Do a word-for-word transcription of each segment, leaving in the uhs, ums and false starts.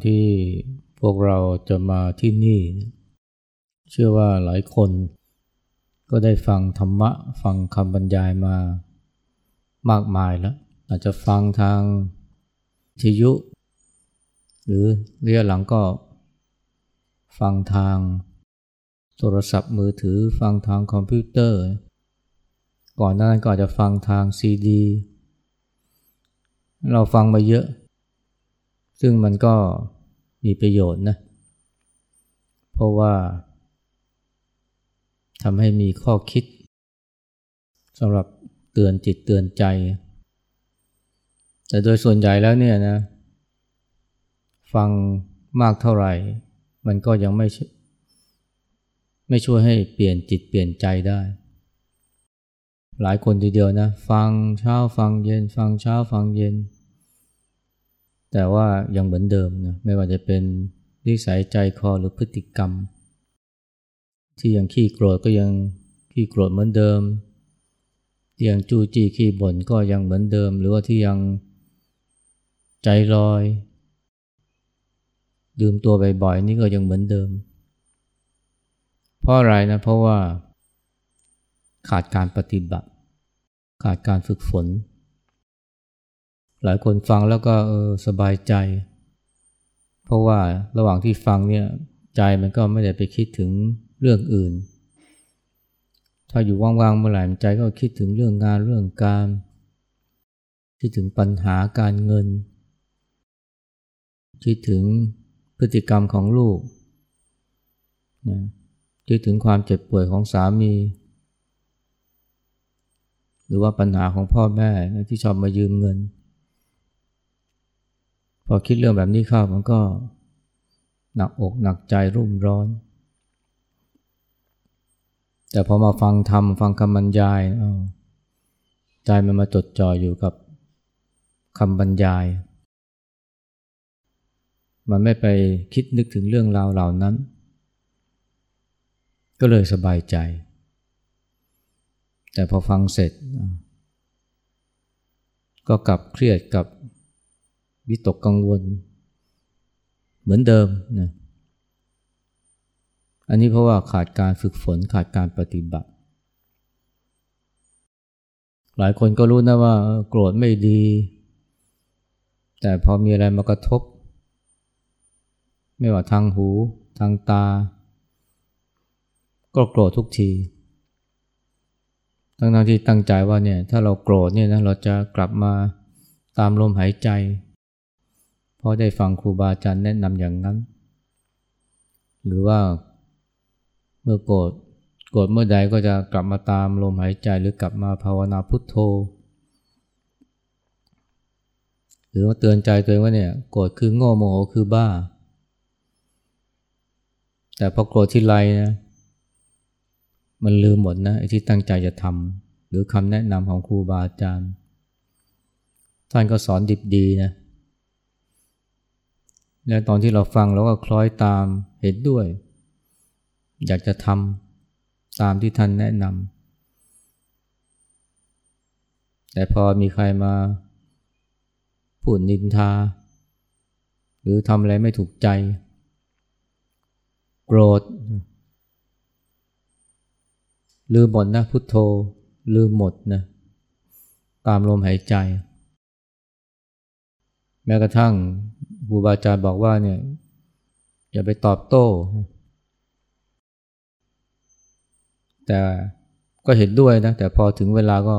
ที่พวกเราจะมาที่นี่เชื่อว่าหลายคนก็ได้ฟังธรรมะฟังคำบรรยายมามากมายแล้วอาจจะฟังทางวิทยุหรือระยะหลังก็ฟังทางโทรศัพท์มือถือฟังทางคอมพิวเตอร์ก่อนหน้านั้นก็อาจจะฟังทางซีดีเราฟังมาเยอะซึ่งมันก็มีประโยชน์นะเพราะว่าทำให้มีข้อคิดสำหรับเตือนจิตเตือนใจแต่โดยส่วนใหญ่แล้วเนี่ยนะฟังมากเท่าไหร่มันก็ยังไม่ไม่ช่วยให้เปลี่ยนจิตเปลี่ยนใจได้หลายคนทีเดียวนะฟังเช้าฟังเย็นฟังเช้าฟังเย็นแต่ว่ายังเหมือนเดิมนะไม่ว่าจะเป็นนิสัยใจคอหรือพฤติกรรมที่ยังขี้โกรธก็ยังขี้โกรธเหมือนเดิมที่ยังจู้จี้ขี้บ่นก็ยังเหมือนเดิมหรือว่าที่ยังใจลอยดื่มตัวบ่อยๆนี่ก็ยังเหมือนเดิมเพราะอะไรนะเพราะว่าขาดการปฏิบัติขาดการฝึกฝนหลายคนฟังแล้วก็เออสบายใจเพราะว่าระหว่างที่ฟังเนี่ยใจมันก็ไม่ได้ไปคิดถึงเรื่องอื่นถ้าอยู่ว่างๆเมื่อไหร่ใจก็คิดถึงเรื่องงานเรื่องการคิดถึงปัญหาการเงินคิดถึงพฤติกรรมของลูกนะคิดถึงความเจ็บป่วยของสามีหรือว่าปัญหาของพ่อแม่ที่ชอบมายืมเงินพอคิดเรื่องแบบนี้เข้ามันก็หนักอกหนักใจรุ่มร้อนแต่พอมาฟังธรรมฟังคำบรรยายใจมันมาจดจ่ออยู่กับคำบรรยายมันไม่ไปคิดนึกถึงเรื่องราวเหล่านั้นก็เลยสบายใจแต่พอฟังเสร็จก็กลับเครียดกับวิตกกังวลเหมือนเดิมนะอันนี้เพราะว่าขาดการฝึกฝนขาดการปฏิบัติหลายคนก็รู้นะว่าโกรธไม่ดีแต่พอมีอะไรมากระทบไม่ว่าทางหูทางตาก็โกรธทุกทีทั้งๆที่ตั้งใจว่าเนี่ยถ้าเราโกรธเนี่ยนะเราจะกลับมาตามลมหายใจเพราะได้ฟังครูบาอาจารย์แนะนำอย่างนั้นหรือว่าเมื่อโกรธโกรธเมื่อใดก็จะกลับมาตามลมหายใจหรือกลับมาภาวนาพุทโธหรือว่าเตือนใจตัวเองว่าเนี่ยโกรธคือโง่โมโหคือบ้าแต่พอโกรธทีไรนะมันลืมหมดนะไอ้ที่ตั้งใจจะทำหรือคำแนะนำของครูบาอาจารย์ท่านก็สอนดิบดีนะและตอนที่เราฟังเราก็คล้อยตามเห็นด้วยอยากจะทำตามที่ท่านแนะนำแต่พอมีใครมาพูดนินทาหรือทำอะไรไม่ถูกใจโกรธลืมหมดนะพุทโธลืมหมดนะตามลมหายใจแม้กระทั่งครูบาอาจารย์บอกว่าเนี่ยอย่าไปตอบโต้แต่ก็เห็นด้วยนะแต่พอถึงเวลาก็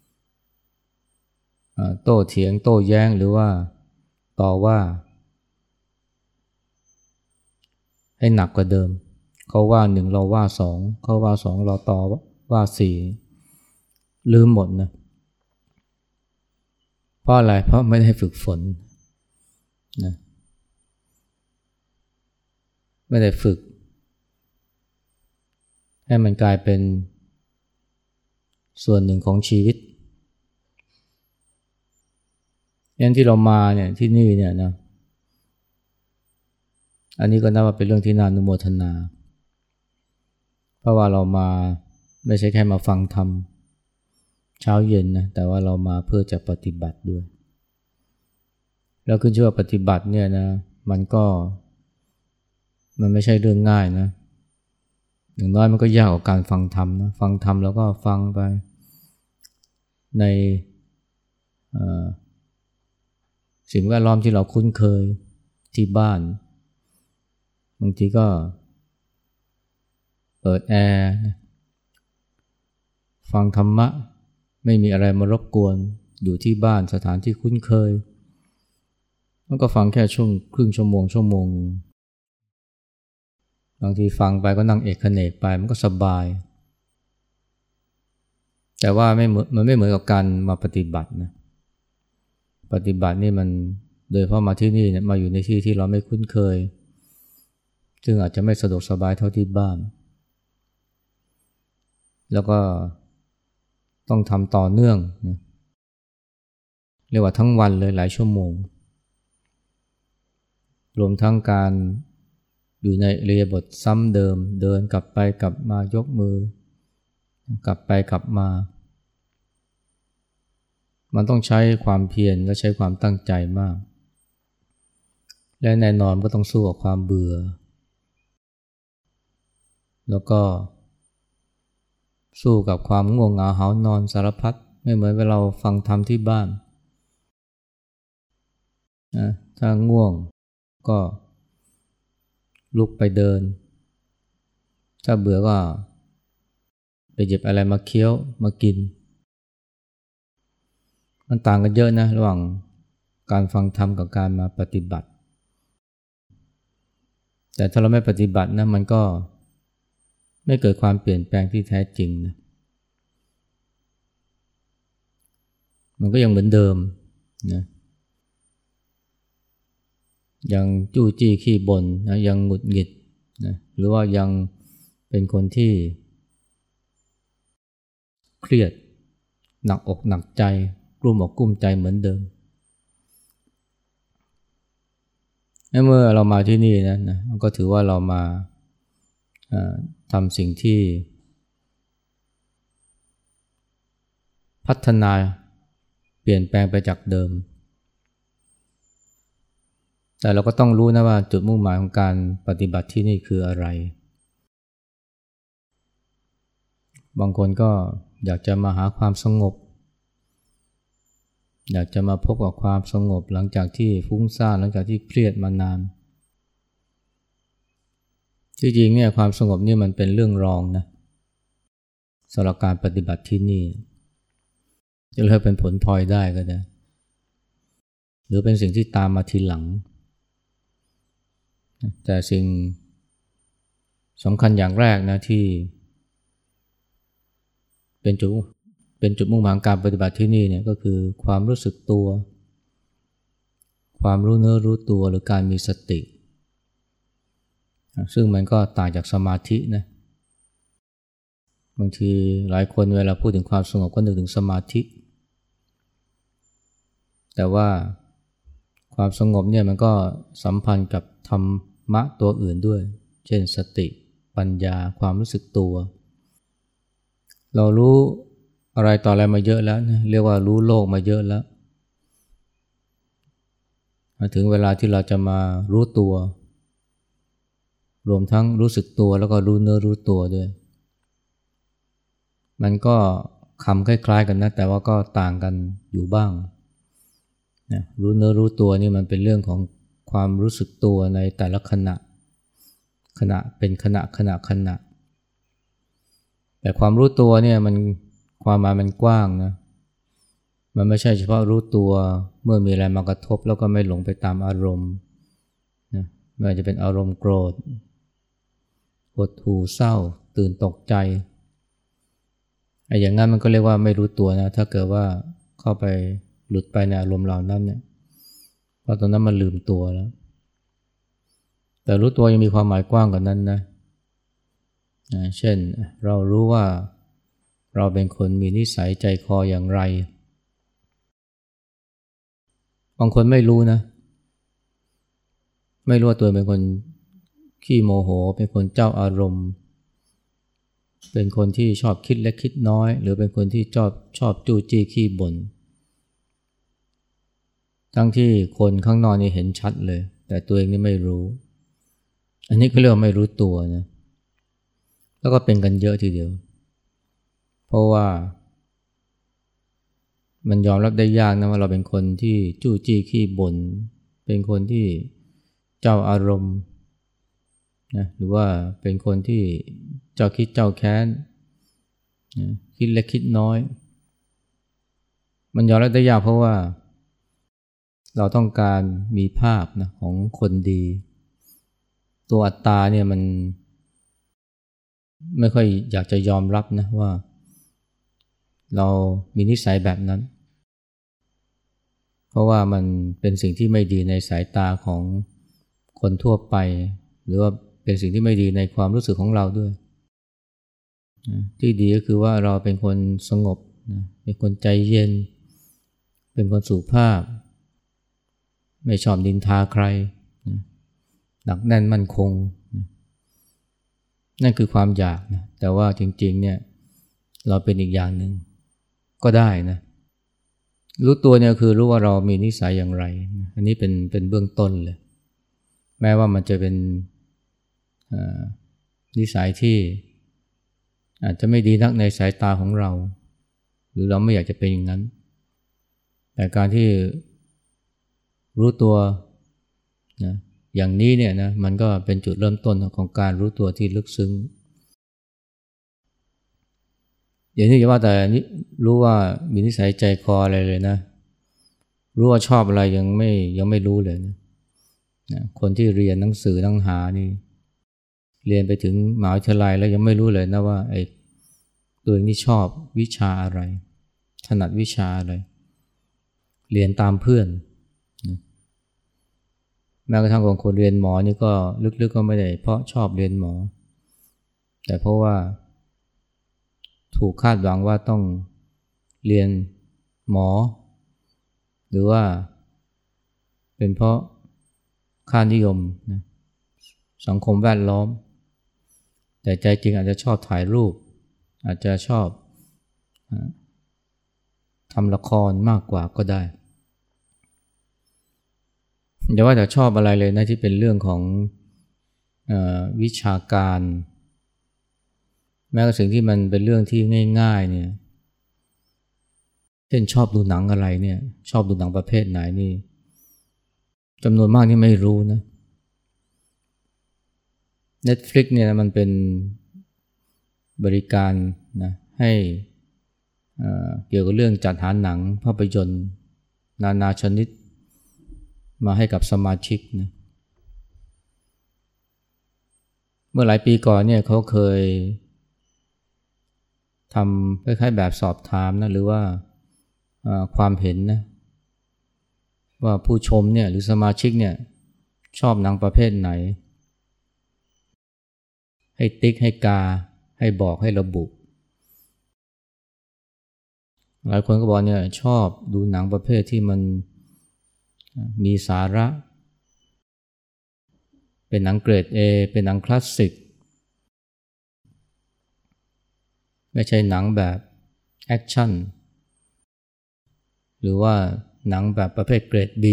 โต้เถียงโต้แย้งหรือว่าต่อว่าให้หนักกว่าเดิมเขาว่าหนึ่งเราว่าสองเขาว่าสองเราต่อว่าสี่ลืมหมดนะเพราะอะไรเพราะไม่ได้ฝึกฝนนะไม่ได้ฝึกให้มันกลายเป็นส่วนหนึ่งของชีวิตงั้นที่เรามาเนี่ยที่นี่เนี่ยนะอันนี้ก็นับว่าเป็นเรื่องที่น่าอนุโมทนาเพราะว่าเรามาไม่ใช่แค่มาฟังธรรมเช้าเย็นนะแต่ว่าเรามาเพื่อจะปฏิบัติด้วยแล้วขึ้นชื่อว่าปฏิบัติเนี่ยนะมันก็มันไม่ใช่เรื่องง่ายนะอย่างน้อยมันก็ยากกว่าการฟังธรรมนะฟังธรรมแล้วก็ฟังไปในสิ่งแวดล้อมที่เราคุ้นเคยที่บ้านบางทีก็เปิดแอร์ฟังธรรมะไม่มีอะไรมารบกวนอยู่ที่บ้านสถานที่คุ้นเคยมันก็ฟังแค่ช่วงครึ่งชั่วโมงชั่วโมงบางทีฟังไปก็นั่งเอกเขนกไปมันก็สบายแต่ว่าไม่เหมือนมันไม่เหมือนกับการมาปฏิบัตินะปฏิบัตินี่มันโดยเฉพาะมาที่นี่เนี่ยมาอยู่ในที่ที่เราไม่คุ้นเคยซึ่งอาจจะไม่สะดวกสบายเท่าที่บ้านแล้วก็ต้องทำต่อเนื่องนะเรียกว่าทั้งวันเลยหลายชั่วโมงรวมทั้งการอยู่ในอิริยาบถซ้ำเดิมเดินกลับไปกลับมายกมือกลับไปกลับมามันต้องใช้ความเพียรและใช้ความตั้งใจมากและแน่นอนก็ต้องสู้กับความเบื่อแล้วก็สู้กับความง่วงเหงาหาวนอนสารพัดไม่เหมือนเวลาเราฟังธรรมที่บ้านนะถ้าง่วงก็ลุกไปเดินถ้าเบื่อก็ไปหยิบอะไรมาเคี้ยวมากินมันต่างกันเยอะนะระหว่างการฟังธรรมกับการมาปฏิบัติแต่ถ้าเราไม่ปฏิบัตินะมันก็ไม่เกิดความเปลี่ยนแปลงที่แท้จริงนะมันก็ยังเหมือนเดิมนะยังจู้จี้ขี้บ่นนะยังหงุดหงิดนะหรือว่ายังเป็นคนที่เครียดหนักอกหนักใจกลุ้มอกกลุ้มใจเหมือนเดิมเมื่อเรามาที่นี่นะนะก็ถือว่าเรามาทำสิ่งที่พัฒนาเปลี่ยนแปลงไปจากเดิมแต่เราก็ต้องรู้นะว่าจุดมุ่งหมายของการปฏิบัติที่นี่คืออะไรบางคนก็อยากจะมาหาความสงบอยากจะมาพบกับความสงบหลังจากที่ฟุ้งซ่านหลังจากที่เครียดมานานที่จริงเนี่ยความสงบนี่มันเป็นเรื่องรองนะสำหรับการปฏิบัติที่นี่จะเรียกเป็นผลพลอยได้ก็ได้หรือเป็นสิ่งที่ตามมาทีหลังแต่สิ่งสำคัญอย่างแรกนะที่เป็นจุดเป็นจุดมุ่งหมายของการปฏิบัติที่นี่เนี่ยก็คือความรู้สึกตัวความรู้เนื้อรู้ตัวหรือการมีสติซึ่งมันก็ต่างจากสมาธินะบางทีหลายคนเวลาพูดถึงความสงบก็นึกถึงสมาธิแต่ว่าความสงบเนี่ยมันก็สัมพันธ์กับธรรมะตัวอื่นด้วยเช่นสติปัญญาความรู้สึกตัวเรารู้อะไรต่ออะไรมาเยอะแล้วนะเรียกว่ารู้โลกมาเยอะแล้วถึงเวลาที่เราจะมารู้ตัวรวมทั้งรู้สึกตัวแล้วก็รู้เนื้อรู้ตัวด้วยมันก็คำคล้ายๆกันนะแต่ว่าก็ต่างกันอยู่บ้างนะรู้เนื้อรู้ตัวนี่มันเป็นเรื่องของความรู้สึกตัวในแต่ละขณะขณะเป็นขณะขณะขณะแต่ความรู้ตัวเนี่ยมันความหมายมันกว้างนะมันไม่ใช่เฉพาะรู้ตัวเมื่อมีอะไรมากระทบแล้วก็ไม่หลงไปตามอารมณ์นะไม่ว่าจะเป็นอารมณ์โกรธหดหู่เศร้าตื่นตกใจไอ้อย่างนั้นมันก็เรียกว่าไม่รู้ตัวนะถ้าเกิดว่าเข้าไปหลุดไปในอารมณ์เหล่านั้นเนี่ยเพราะตอนนั้นมันลืมตัวแล้วแต่รู้ตัวยังมีความหมายกว้างกว่านั้นนะเช่นเรารู้ว่าเราเป็นคนมีนิสัยใจคออย่างไรบางคนไม่รู้นะไม่รู้ว่าตัวเป็นคนขี้โมโหเป็นคนเจ้าอารมณ์เป็นคนที่ชอบคิดเล็กคิดน้อยหรือเป็นคนที่ชอบชอบจู้จี้ขี้บ่นทั้งที่คนข้างนอกนี่เห็นชัดเลยแต่ตัวเองนี่ไม่รู้อันนี้ก็เรียกว่าไม่รู้ตัวนะแล้วก็เป็นกันเยอะทีเดียวเพราะว่ามันยอมรับได้ยากนะว่าเราเป็นคนที่จู้จี้ขี้บ่นเป็นคนที่เจ้าอารมณ์นะหรือว่าเป็นคนที่เจ้าคิดเจ้าแค้นนะคิดเล็กคิดน้อยมันยอมรับได้ยากเพราะว่าเราต้องการมีภาพนะของคนดีตัวอัตตาเนี่ยมันไม่ค่อยอยากจะยอมรับนะว่าเรามีนิสัยแบบนั้นเพราะว่ามันเป็นสิ่งที่ไม่ดีในสายตาของคนทั่วไปหรือว่าเป็นสิ่งที่ไม่ดีในความรู้สึกของเราด้วยที่ดีก็คือว่าเราเป็นคนสงบเป็นคนใจเย็นเป็นคนสุภาพไม่ชอบนินทาใครหนักแน่นมั่นคงนั่นคือความอยากนะแต่ว่าจริงๆเนี่ยเราเป็นอีกอย่างหนึ่งก็ได้นะรู้ตัวเนี่ยคือรู้ว่าเรามีนิสัยอย่างไรอันนี้เป็นเป็นเบื้องต้นเลยแม้ว่ามันจะเป็นนิสัยที่อาจจะไม่ดีนักในสายตาของเราหรือเราไม่อยากจะเป็นอย่างนั้นแต่การที่รู้ตัวนะอย่างนี้เนี่ยนะมันก็เป็นจุดเริ่มต้นของการรู้ตัวที่ลึกซึ้งอย่างนี้อย่าว่าแต่รู้ว่ามีนิสัยใจคออะไรเลยนะรู้ว่าชอบอะไรยังไม่ยังไม่รู้เลยนะนะคนที่เรียนหนังสือหนังหานี่เรียนไปถึงมหาวิทยาลัยแล้วยังไม่รู้เลยนะว่าไอ้ตัวเองนี่ชอบวิชาอะไรถนัดวิชาอะไรเรียนตามเพื่อนนะแม้กระทั่งคนเรียนหมอนี่ก็ลึกๆก็ไม่ได้เพราะชอบเรียนหมอแต่เพราะว่าถูกคาดหวังว่าต้องเรียนหมอหรือว่าเป็นเพราะค่านิยมนะสังคมแวดล้อมแต่ใจจริงอาจจะชอบถ่ายรูปอาจจะชอบทำละครมากกว่าก็ได้อย่าว่าแต่ชอบอะไรเลยนะที่เป็นเรื่องของเอ่อวิชาการแม้กระทั่งสิ่งที่มันเป็นเรื่องที่ง่ายๆเนี่ยเช่นชอบดูหนังอะไรเนี่ยชอบดูหนังประเภทไหนนี่จำนวนมากที่ไม่รู้นะ Netflix เนี่ยมันเป็นบริการนะให้เอ่อเกี่ยวกับเรื่องจัดหาหนังภาพยนตร์นานาชนิดมาให้กับสมาชิกนะเมื่อหลายปีก่อนเนี่ยเขาเคยทำคล้ายๆแบบสอบถามนะหรือว่าความเห็นนะว่าผู้ชมเนี่ยหรือสมาชิกเนี่ยชอบหนังประเภทไหนให้ติ๊กให้กาให้บอกให้ระบุหลายคนก็บอกเนี่ยชอบดูหนังประเภทที่มันมีสาระเป็นหนังเกรด A เป็นหนังคลาสสิกไม่ใช่หนังแบบแอคชั่นหรือว่าหนังแบบประเภทเกรด B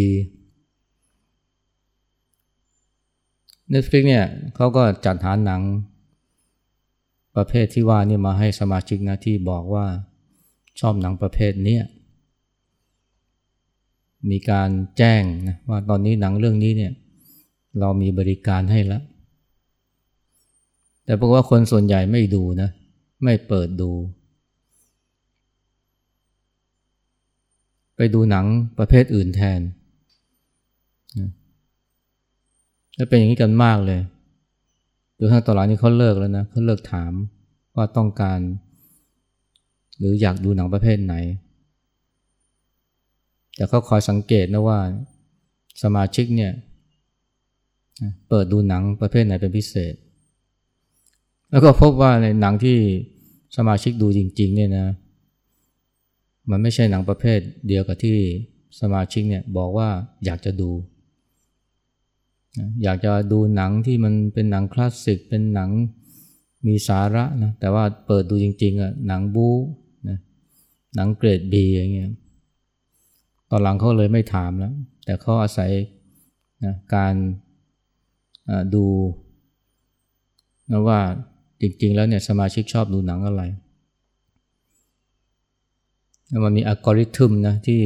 Netflix เนี่ยเขาก็จัดหาหนังประเภทที่ว่านี่มาให้สมาชิกนะที่บอกว่าชอบหนังประเภทนี้มีการแจ้งนะว่าตอนนี้หนังเรื่องนี้เนี่ยเรามีบริการให้แล้วแต่ปรากฏว่าคนส่วนใหญ่ไม่ดูนะไม่เปิดดูไปดูหนังประเภทอื่นแทนนะและเป็นอย่างนี้กันมากเลยโดยทางตอนหลังนี้เขาเลิกแล้วนะเขาเลิกถามว่าต้องการหรืออยากดูหนังประเภทไหนแต่เขาคอยสังเกตนะว่าสมาชิกเนี่ยเปิดดูหนังประเภทไหนเป็นพิเศษแล้วก็พบว่าในหนังที่สมาชิกดูจริงๆเนี่ยนะมันไม่ใช่หนังประเภทเดียวกับที่สมาชิกเนี่ยบอกว่าอยากจะดูอยากจะดูหนังที่มันเป็นหนังคลาสสิกเป็นหนังมีสาระนะแต่ว่าเปิดดูจริงๆอ่ะหนังบู๊นะหนังเกรด B อย่างเงี้ยตอนหลังเขาเลยไม่ถามแล้วแต่เขาอาศัยนะการดูนะว่าจริงๆแล้วเนี่ยสมาชิกชอบดูหนังอะไรแล้วมันมีอัลกอริทึมนะที่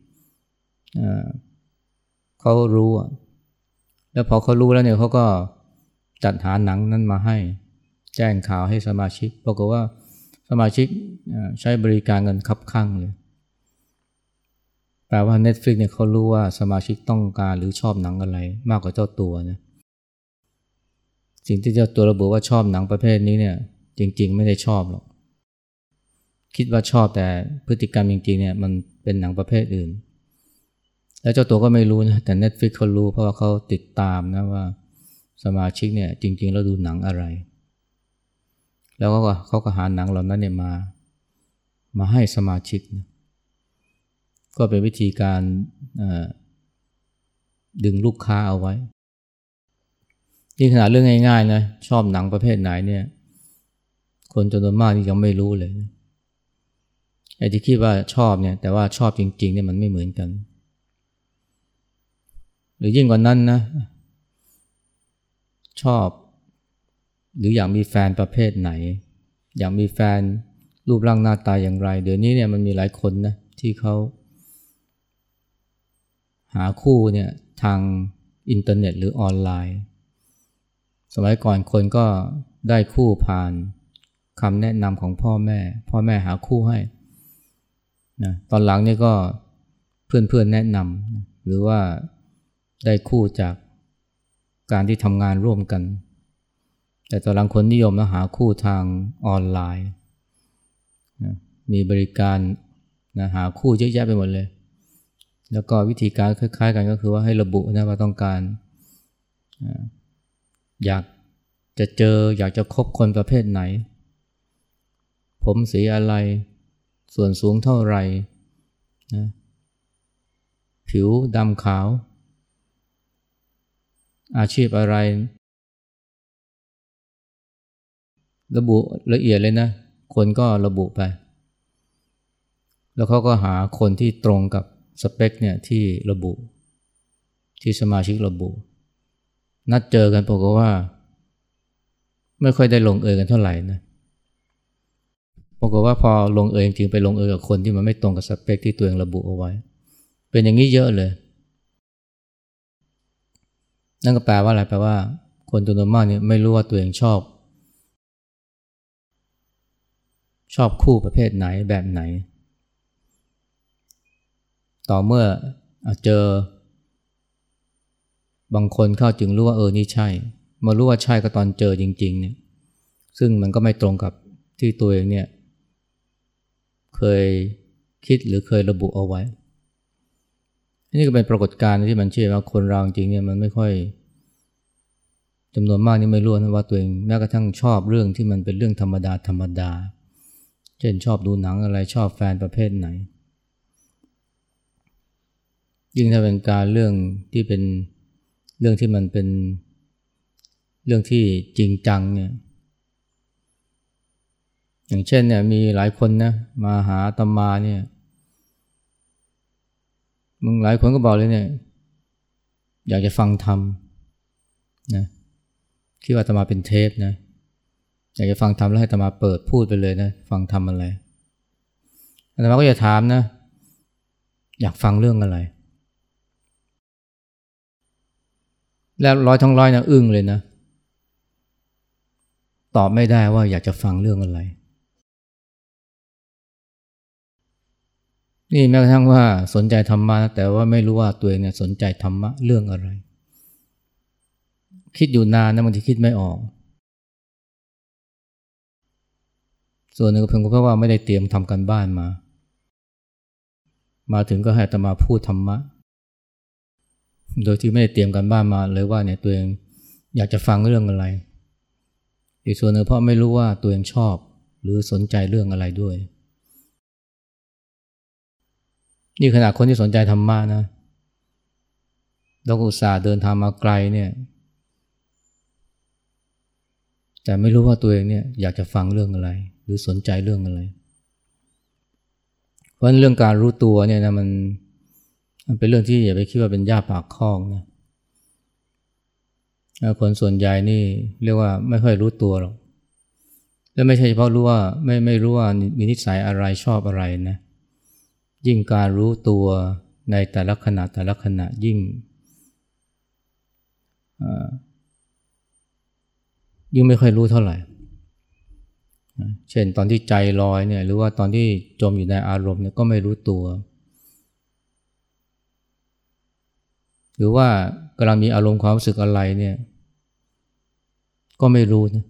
เขารู้แล้วพอเขารู้แล้วเนี่ยเขาก็จัดหาหนังนั้นมาให้แจ้งข่าวให้สมาชิกปรากฏว่าสมาชิกใช้บริการเงินคับคั่งเลยแปลว่า Netflix เนี่ยเขารู้ว่าสมาชิกต้องการหรือชอบหนังอะไรมากกว่าเจ้าตัวนะสิ่งที่เจ้าตัวระบุว่าชอบหนังประเภทนี้เนี่ยจริงๆไม่ได้ชอบหรอกคิดว่าชอบแต่พฤติกรรมจริงๆเนี่ยมันเป็นหนังประเภทอื่นแล้วเจ้าตัวก็ไม่รู้นะแต่ Netflix เขารู้เพราะว่าเขาติดตามนะว่าสมาชิกเนี่ยจริงๆแล้วดูหนังอะไรแล้วก็เขาก็หาหนังเหล่านั้นเนี่ยมามาให้สมาชิกนะก็เป็นวิธีการดึงลูกค้าเอาไว้ที่ขนาดเรื่องง่ายๆนะชอบหนังประเภทไหนเนี่ยคนจำนวนมากนี่ยังไม่รู้เลยนะไอ้ที่คิดว่าชอบเนี่ยแต่ว่าชอบจริงๆเนี่ยมันไม่เหมือนกันหรือยิ่งกว่านั้นนะชอบหรืออยากมีแฟนประเภทไหนอยากมีแฟนรูปร่างหน้าตาอย่างไรเดี๋ยวนี้เนี่ยมันมีหลายคนนะที่เขาหาคู่เนี่ยทางอินเทอร์เน็ตหรือออนไลน์สมัยก่อนคนก็ได้คู่ผ่านคำแนะนำของพ่อแม่พ่อแม่หาคู่ให้นะตอนหลังนี่ก็เพื่อนๆแนะนำหรือว่าได้คู่จากการที่ทำงานร่วมกันแต่ตอนหลังคนนิยมนะหาคู่ทางออนไลน์นะมีบริการนะหาคู่เยอะแยะไปหมดเลยแล้วก็วิธีการคล้ายๆกันก็คือว่าให้ระบุนะว่าต้องการอยากจะเจออยากจะคบคนประเภทไหนผมสีอะไรส่วนสูงเท่าไหร่นะผิวดำขาวอาชีพอะไรระบุละเอียดเลยนะคนก็ระบุไปแล้วเขาก็หาคนที่ตรงกับสเปคเนี่ยที่ระบุที่สมาชิกระบุนัดเจอกันปรากฏว่าไม่ค่อยได้ลงเอยกันเท่าไหร่นะปรากฏว่าพอลงเอยจริงไปลงเอยกับคนที่มันไม่ตรงกับสเปคที่ตัวเองระบุเอาไว้เป็นอย่างนี้เยอะเลยนั่นก็แปลว่าอะไรแปลว่าคนจำนวนมากเนี่ยไม่รู้ว่าตัวเองชอบชอบคู่ประเภทไหนแบบไหนต่อเมื่อเจอบางคนเข้าจึงรู้ว่าเออนี่ใช่มารู้ว่าใช่ก็ตอนเจอจริงๆเนี่ยซึ่งมันก็ไม่ตรงกับที่ตัวเองเนี่ยเคยคิดหรือเคยระบุเอาไว้นี่ก็เป็นปรากฏการณ์ที่มันเชื่อว่าคนเราจริงเนี่ยมันไม่ค่อยจำนวนมากนี่ไม่รู้นะว่าตัวเองแม้กระทั่งชอบเรื่องที่มันเป็นเรื่องธรรมดาธรรมดาเช่นชอบดูหนังอะไรชอบแฟนประเภทไหนยิ่งถ้าเป็นการเรื่องที่เป็นเรื่องที่มันเป็นเรื่องที่จริงจังเนี่ยอย่างเช่นเนี่ยมีหลายคนนะมาหาอาตมาเนี่ยมึงหลายคนก็บอกเลยเนี่ยอยากจะฟังธรรมนะคิดว่าอาตมาเป็นเทปนะอยากจะฟังธรรมแล้วให้อาตมาเปิดพูดไปเลยนะฟังธรรมอะไรอาตมาก็จะถามนะอยากฟังเรื่องอะไรแล้วร้อยทั้งร้อยนะอึ้งเลยนะตอบไม่ได้ว่าอยากจะฟังเรื่องอะไรนี่แม้กระทั่งว่าสนใจธรรมะแต่ว่าไม่รู้ว่าตัวเองเนี่ยสนใจธรรมะเรื่องอะไรคิดอยู่นานนะบางทีคิดไม่ออกส่วนหนึ่งก็เพียงเพราะว่าไม่ได้เตรียมทำกันบ้านมามาถึงก็ให้อาตมาพูดธรรมะโดยที่ไม่ได้เตรียมกันบ้านมาเลยว่าเนี่ยตัวเองอยากจะฟังเรื่องอะไรอีกส่วนหนึ่งเพราะไม่รู้ว่าตัวเองชอบหรือสนใจเรื่องอะไรด้วยนี่ขนาดคนที่สนใจธรรมะนะเราอุตส่าห์เดินทางมาไกลเนี่ยแต่ไม่รู้ว่าตัวเองเนี่ยอยากจะฟังเรื่องอะไรหรือสนใจเรื่องอะไรเพราะเรื่องการรู้ตัวเนี่ยนะมันมันเป็นเรื่องที่อย่าไปคิดว่าเป็นหญ้าปากคอกนะคนส่วนใหญ่นี่เรียกว่าไม่ค่อยรู้ตัวหรอกและไม่ใช่เฉพาะรู้ว่าไม่ไม่รู้ว่ามีนิสัยอะไรชอบอะไรนะยิ่งการรู้ตัวในแต่ละขณะแต่ละขณะยิ่งยิ่งไม่ค่อยรู้เท่าไหร่เช่นตอนที่ใจลอยเนี่ยหรือว่าตอนที่จมอยู่ในอารมณ์เนี่ยก็ไม่รู้ตัวหรือว่ากำลังมีอารมณ์ความรู้สึกอะไรเนี่ยก็ไม่รู้นะ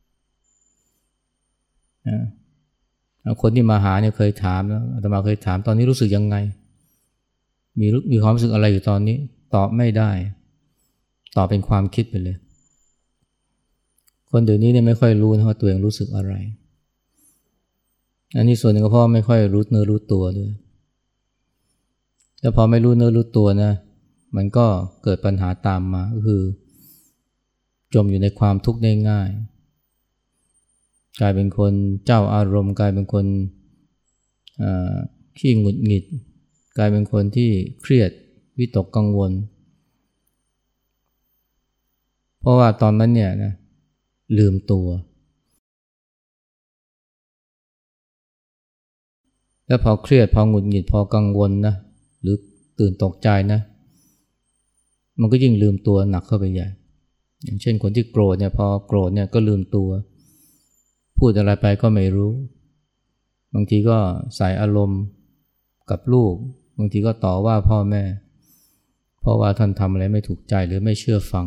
คนที่มาหาเนี่ยเคยถามนะอาตมาเคยถามตอนนี้รู้สึกยังไงมีมีความรู้สึกอะไรอยู่ตอนนี้ตอบไม่ได้ตอบเป็นความคิดไปเลยคนเดี๋ยวนี้เนี่ยไม่ค่อยรู้นะว่าตัวเองรู้สึกอะไรอันนี้ส่วนหนึ่งก็เพราะไม่ค่อยรู้เนื้อรู้ตัวด้วยแล้วพอไม่รู้เนื้อรู้ตัวนะมันก็เกิดปัญหาตามมาก็คือจมอยู่ในความทุกข์ได้ง่ายกลายเป็นคนเจ้าอารมณ์กลายเป็นคนขี้หงุดหงิดกลายเป็นคนที่เครียดวิตกกังวลเพราะว่าตอนนั้นเนี่ยนะลืมตัวแล้วพอเครียดพอหงุดหงิดพอกังวลนะหรือตื่นตกใจนะมันก็ยิ่งลืมตัวหนักเข้าไปใหญ่อย่างเช่นคนที่โกรธเนี่ยพอโกรธเนี่ยก็ลืมตัวพูดอะไรไปก็ไม่รู้บางทีก็ใส่อารมณ์กับลูกบางทีก็ต่อว่าพ่อแม่เพราะว่าท่านทำอะไรไม่ถูกใจหรือไม่เชื่อฟัง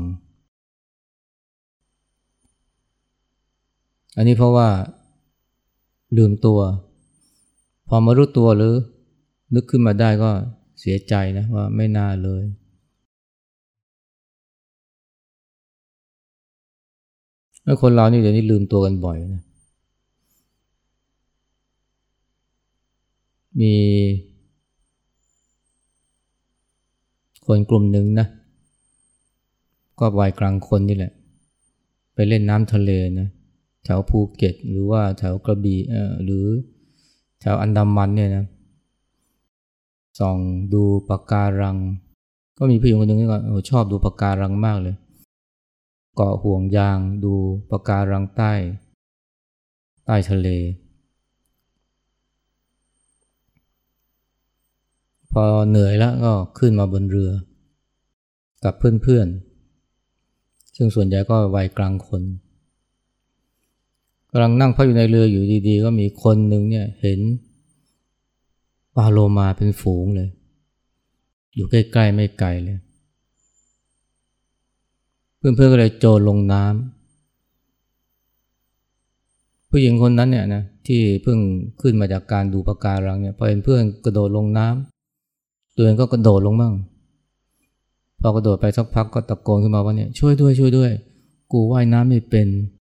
อันนี้เพราะว่าลืมตัวพอมารู้ตัวหรือนึกขึ้นมาได้ก็เสียใจนะว่าไม่น่าเลยแล้วคนเรานี่เดี๋ยวนี้ลืมตัวกันบ่อยนะมีคนกลุ่มหนึ่งนะก็วัยกลางคนนี่แหละไปเล่นน้ำทะเลนะแถวภูเก็ตหรือว่าแถวกระบี่เอ่อหรือแถวอันดามันเนี่ยนะส่องดูปะการังก็มีผู้หญิงคนหนึ่งที่ก็ชอบดูปะการังมากเลยเกาะห่วงยางดูปะการังใต้ใต้ทะเลพอเหนื่อยแล้วก็ขึ้นมาบนเรือกับเพื่อนๆซึ่งส่วนใหญ่ก็วัยกลางคนกำลังนั่งพักอยู่ในเรืออยู่ดีๆก็มีคนหนึ่งเนี่ยเห็นปลาโลมาเป็นฝูงเลยอยู่ใกล้ๆไม่ไกลเลยเพื่อนๆก็เลยโจรลงน้ำผู้หญิงคนนั้นเนี่ยนะที่เพิ่งขึ้นมาจากการดูปะการังเนี่ยพอเห็นเพื่อนกระโดดลงน้ำตัวเองก็กระโดดลงมั่งพอกระโดดไปสักพักก็ตะโกนขึ้นมาว่าเนี่ยช่วยด้วยช่วยด้วยกูว่ายน้ำไม่เป็น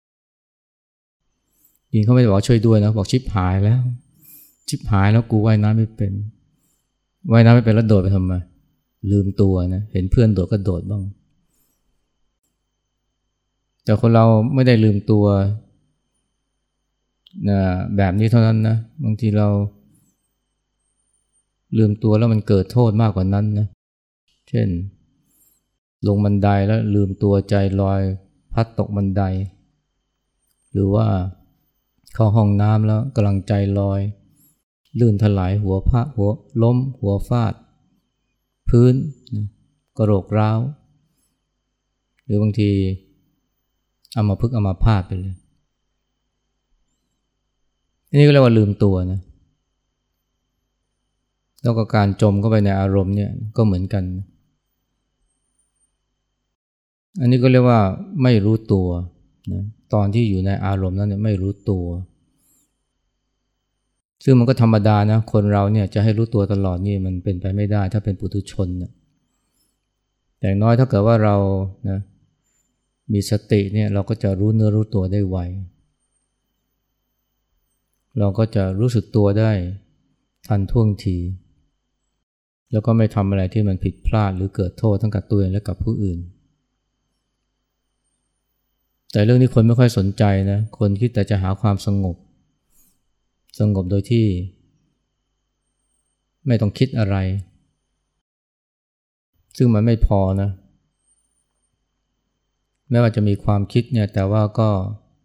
หญิงเขาไม่ได้บอกช่วยด้วยนะบอกชิบหายแล้วชิบหายแล้วกูว่ายน้ำไม่เป็นว่ายน้ำไม่เป็นแล้วโดดไปทำไมลืมตัวนะเห็นเพื่อนโดดก็โดดบ้างแต่คนเราไม่ได้ลืมตัวนะแบบนี้เท่านั้นนะบางทีเราลืมตัวแล้วมันเกิดโทษมากกว่านั้นนะเช่นลงบันไดแล้วลืมตัวใจลอยพัดตกบันไดหรือว่าเข้าห้องน้ำแล้วกำลังใจลอยลื่นถลายหัวพระหัวล้มหัวฟาดพื้นนะกระโหลกร้าวหรือบางทีอัมพฤกษ์อัมพาตไปเลยนี่ก็เรียกว่าลืมตัวนะแล้วก็การจมเข้าไปในอารมณ์เนี่ยก็เหมือนกันอันนี้ก็เรียกว่าไม่รู้ตัวนะตอนที่อยู่ในอารมณ์นั้นเนี่ยไม่รู้ตัวซึ่งมันก็ธรรมดานะคนเราเนี่ยจะให้รู้ตัวตลอดนี่มันเป็นไปไม่ได้ถ้าเป็นปุถุชนนะแต่น้อยถ้าเกิดว่าเรานะมีสติเนี่ยเราก็จะรู้เนื้อรู้ตัวได้ไวเราก็จะรู้สึกตัวได้ทันท่วงทีแล้วก็ไม่ทำอะไรที่มันผิดพลาดหรือเกิดโทษทั้งกับตัวเองและกับผู้อื่นแต่เรื่องนี้คนไม่ค่อยสนใจนะคนคิดแต่จะหาความสงบสงบโดยที่ไม่ต้องคิดอะไรซึ่งมันไม่พอนะแม้ว่าจะมีความคิดเนี่ยแต่ว่าก็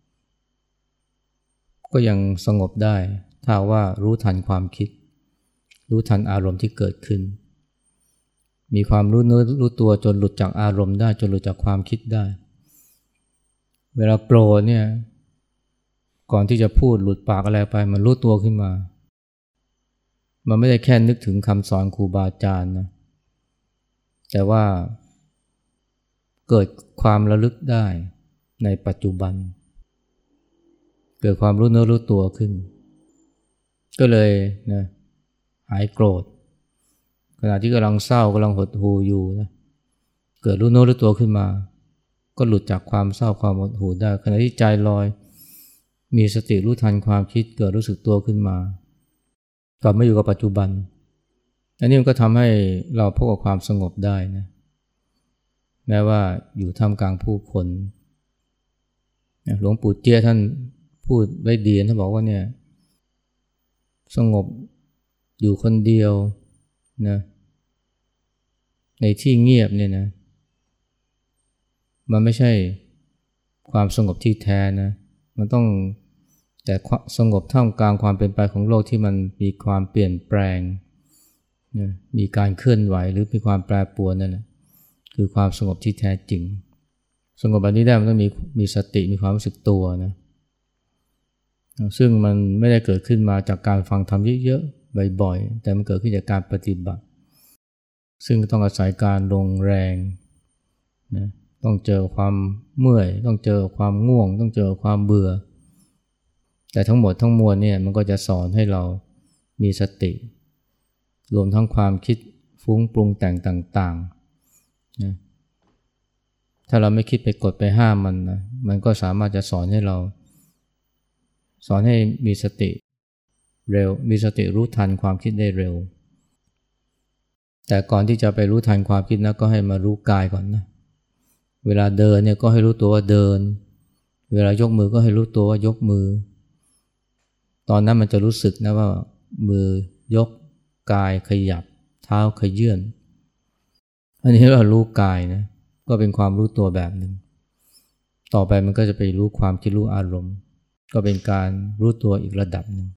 ก็ยังสงบได้ถ้าว่ารู้ทันความคิดรู้ทันอารมณ์ที่เกิดขึ้นมีความรู้เนื้อรู้ตัวจนหลุดจากอารมณ์ได้จนหลุดจากความคิดได้เวลาโกรธเนี่ยก่อนที่จะพูดหลุดปากอะไรไปมันรู้ตัวขึ้นมามันไม่ได้แค่นึกถึงคำสอนครูบาอาจารย์นะแต่ว่าเกิดความระลึกได้ในปัจจุบันเกิดความรู้เนื้อรู้ตัวขึ้นก็เลยนะหายโกรธขณะที่กำลังเศร้ากำลังหดหู่อยู่นะเกิดรู้เนื้อรู้ตัวขึ้นมาก็หลุดจากความเศร้าความหดหู่ได้ขณะที่ใจลอยมีสติรู้ทันความคิดเกิดรู้สึกตัวขึ้นมากลับมาอยู่กับปัจจุบันอันนี้มันก็ทำให้เราพบกับความสงบได้นะแม้ว่าอยู่ท่ามกลางผู้คนหลวงปู่เจี้ยท่านพูดไว้ดีท่านบอกว่าเนี่ยสงบอยู่คนเดียวนะในที่เงียบเนี่ยนะมันไม่ใช่ความสงบที่แท้นะมันต้องแต่สงบท่ามกลางความเป็นไปของโลกที่มันมีความเปลี่ยนแปลงนะมีการเคลื่อนไหวหรือมีความแปรปรวนนั่นแหละคือความสงบที่แท้จริงสงบแบบนี้ได้มันต้องมีมีสติมีความรู้สึกตัวนะซึ่งมันไม่ได้เกิดขึ้นมาจากการฟังธรรมเยอะๆบ่อยๆแต่มันเกิดขึ้นจากการปฏิบัติซึ่งต้องอาศัยการลงแรงนะต้องเจอความเมื่อยต้องเจอความง่วงต้องเจอความเบื่อแต่ทั้งหมดทั้งมวลเนี่ยมันก็จะสอนให้เรามีสติรวมทั้งความคิดฟุ้งปรุงแต่งต่างๆนะถ้าเราไม่คิดไปกดไปห้ามมันนะมันก็สามารถจะสอนให้เราสอนให้มีสติเร็วมีสติรู้ทันความคิดได้เร็วแต่ก่อนที่จะไปรู้ทันความคิดนะก็ให้มารู้กายก่อนนะเวลาเดินเนี่ยก็ให้รู้ตัวว่าเดินเวลายกมือก็ให้รู้ตัวว่ายกมือตอนนั้นมันจะรู้สึกนะว่ามือยกกายขยับเท้าขยื่นอันนี้เรารู้กายนะก็เป็นความรู้ตัวแบบหนึ่งต่อไปมันก็จะไปรู้ความคิดรู้อารมณ์ก็เป็นการรู้ตัวอีกระดับหนึ่ง